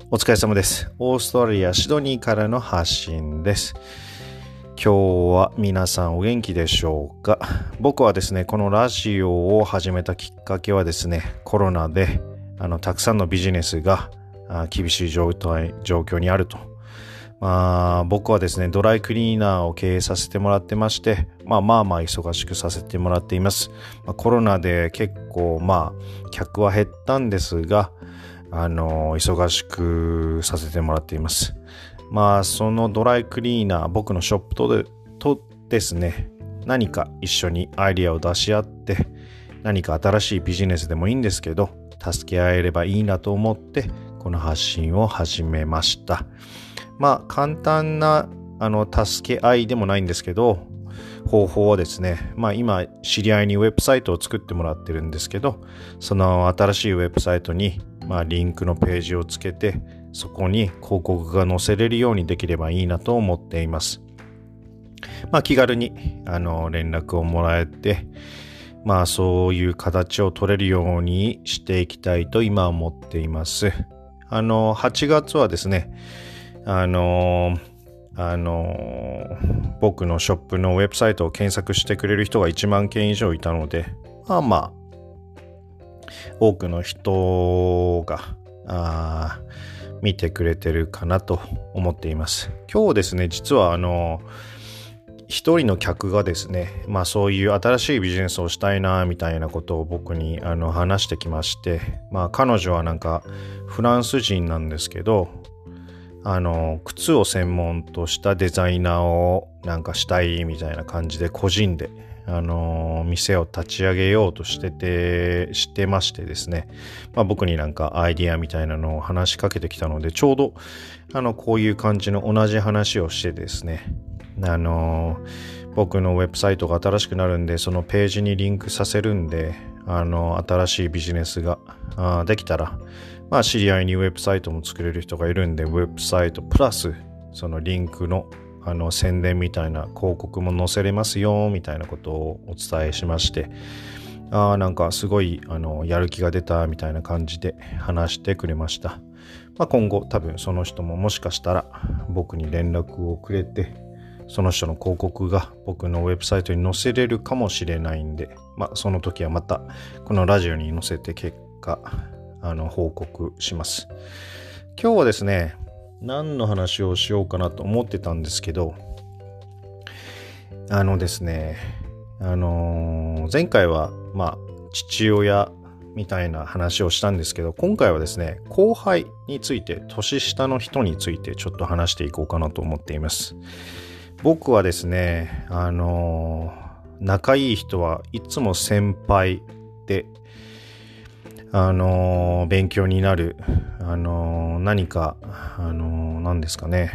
お疲れ様です。オーストラリア・シドニーからの発信です。今日は皆さんお元気でしょうか。僕はですね、このラジオを始めたきっかけはですね、コロナでたくさんのビジネスが厳しい状況にあると。僕はですね、ドライクリーナーを経営させてもらってまして、まあ忙しくさせてもらっています。コロナで結構客は減ったんですが、忙しくさせてもらっています。そのドライクリーナー、僕のショップとですね、何か一緒にアイディアを出し合って、何か新しいビジネスでもいいんですけど、助け合えればいいなと思って、この発信を始めました。簡単な、助け合いでもないんですけど、方法はですね、今、知り合いにウェブサイトを作ってもらってるんですけど、その新しいウェブサイトに、リンクのページをつけて、そこに広告が載せれるようにできればいいなと思っています。気軽に、連絡をもらえて、そういう形を取れるようにしていきたいと今思っています。8月はですね、僕のショップのウェブサイトを検索してくれる人が1万件以上いたので、多くの人が見てくれてるかなと思っています。今日ですね、実は一人の客がですね、そういう新しいビジネスをしたいなみたいなことを僕に話してきまして、彼女はフランス人なんですけど、靴を専門としたデザイナーをしたいみたいな感じで個人で店を立ち上げようとしてましてですね、僕にアイディアみたいなのを話しかけてきたので、ちょうどこういう感じの同じ話をしてですね、僕のウェブサイトが新しくなるんで、そのページにリンクさせるんで、新しいビジネスができたら、知り合いにウェブサイトも作れる人がいるんで、ウェブサイトプラスそのリンクの宣伝みたいな広告も載せれますよみたいなことをお伝えしまして、すごいやる気が出たみたいな感じで話してくれました。今後多分その人ももしかしたら僕に連絡をくれて、その人の広告が僕のウェブサイトに載せれるかもしれないんで、その時はまたこのラジオに載せて結果報告します。今日はですね、何の話をしようかなと思ってたんですけど、ですね、前回は父親みたいな話をしたんですけど、今回はですね、後輩について、年下の人についてちょっと話していこうかなと思っています。僕はですね、仲いい人はいつも先輩で、勉強になる、何か、何ですかね、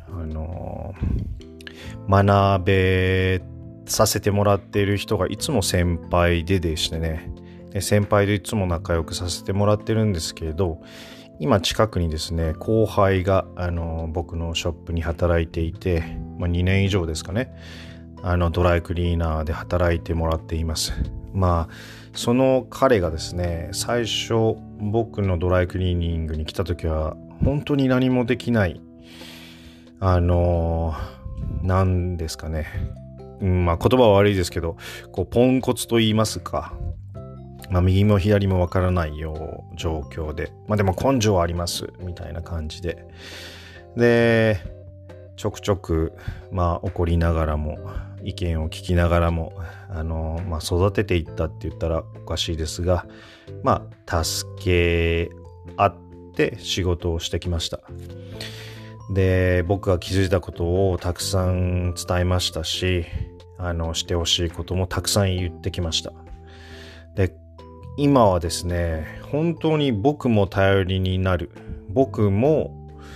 学べさせてもらっている人がいつも先輩でしてね、先輩でいつも仲良くさせてもらってるんですけど、今近くにですね、後輩が僕のショップに働いていて、2年以上ですかね、ドライクリーナーで働いてもらっています。その彼がですね、最初僕のドライクリーニングに来た時は本当に何もできない、なんですかね、言葉は悪いですけど、ポンコツと言いますか、右も左もわからない状況で、でも根性はありますみたいな感じで、ちょくちょく怒りながらも意見を聞きながらも育てていったって言ったらおかしいですが、助け合って仕事をしてきました。で、僕が気づいたことをたくさん伝えましたし、してほしいこともたくさん言ってきました。で、今はですね、本当に僕も頼りになる、僕も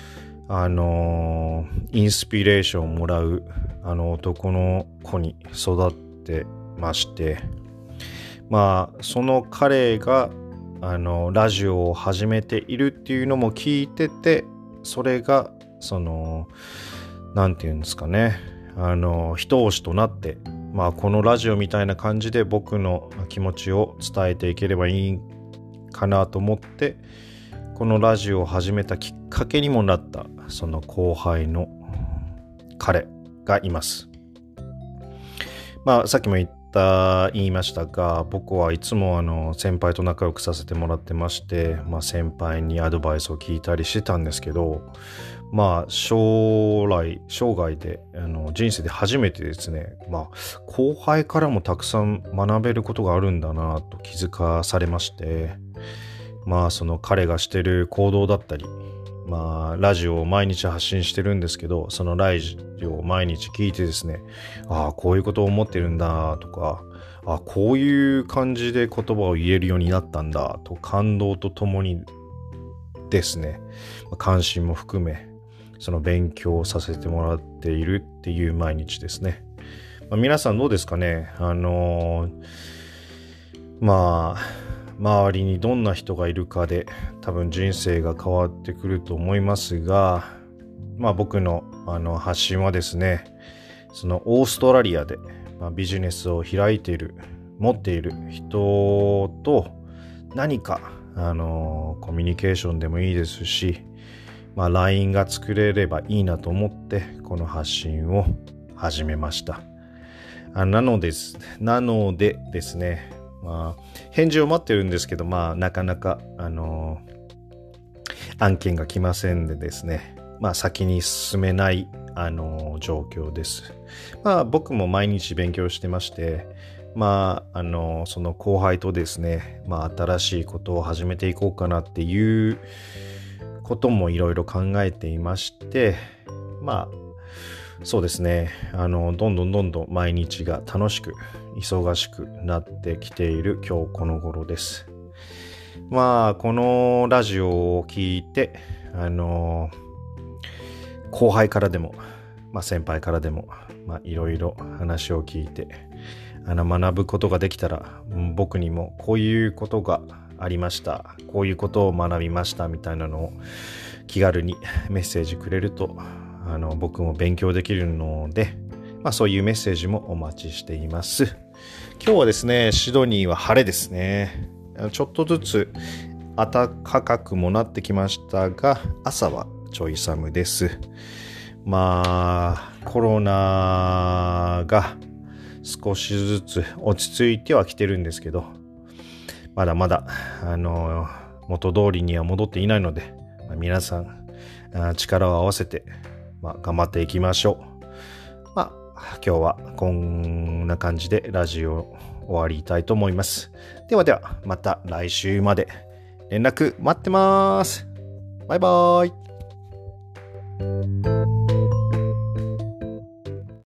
インスピレーションをもらう男の子に育ってまして、その彼がラジオを始めているっていうのも聞いてて、それがなんていうんですかね、一押しとなって、このラジオみたいな感じで僕の気持ちを伝えていければいいかなと思って、 このラジオを始めたきっかけにもなったその後輩の彼がいます。さっきも言いましたが、僕はいつも先輩と仲良くさせてもらってまして、先輩にアドバイスを聞いたりしてたんですけど、生涯で人生で初めてですね、後輩からもたくさん学べることがあるんだなと気づかされまして、その彼がしてる行動だったり、ラジオを毎日発信してるんですけど、そのラジオを毎日聞いてですね、こういうことを思ってるんだとか、こういう感じで言葉を言えるようになったんだと感動とともにですね、関心も含めその勉強をさせてもらっているっていう毎日ですね。皆さんどうですかね。周りにどんな人がいるかで多分人生が変わってくると思いますが、僕の発信はですね、そのオーストラリアで、ビジネスを持っている人と何かコミュニケーションでもいいですし、LINE が作れればいいなと思ってこの発信を始めました。なのでですね、返事を待ってるんですけど、なかなか案件が来ませんでですね、先に進めない状況です。僕も毎日勉強してまして、その後輩とですね、新しいことを始めていこうかなっていうこともいろいろ考えていまして、そうですね、どんどん毎日が楽しく忙しくなってきている今日この頃です。このラジオを聞いて後輩からでも、先輩からでも、いろいろ話を聞いて学ぶことができたら、僕にもこういうことがありました、こういうことを学びましたみたいなのを気軽にメッセージくれると僕も勉強できるので、そういうメッセージもお待ちしています。今日はですね、シドニーは晴れですね。ちょっとずつ暖かくもなってきましたが、朝はちょい寒です。コロナが少しずつ落ち着いてはきてるんですけど、まだまだ元通りには戻っていないので、皆さん力を合わせて頑張っていきましょう。今日はこんな感じでラジオを終わりたいと思います。ではまた来週まで連絡待ってます。バイバーイ。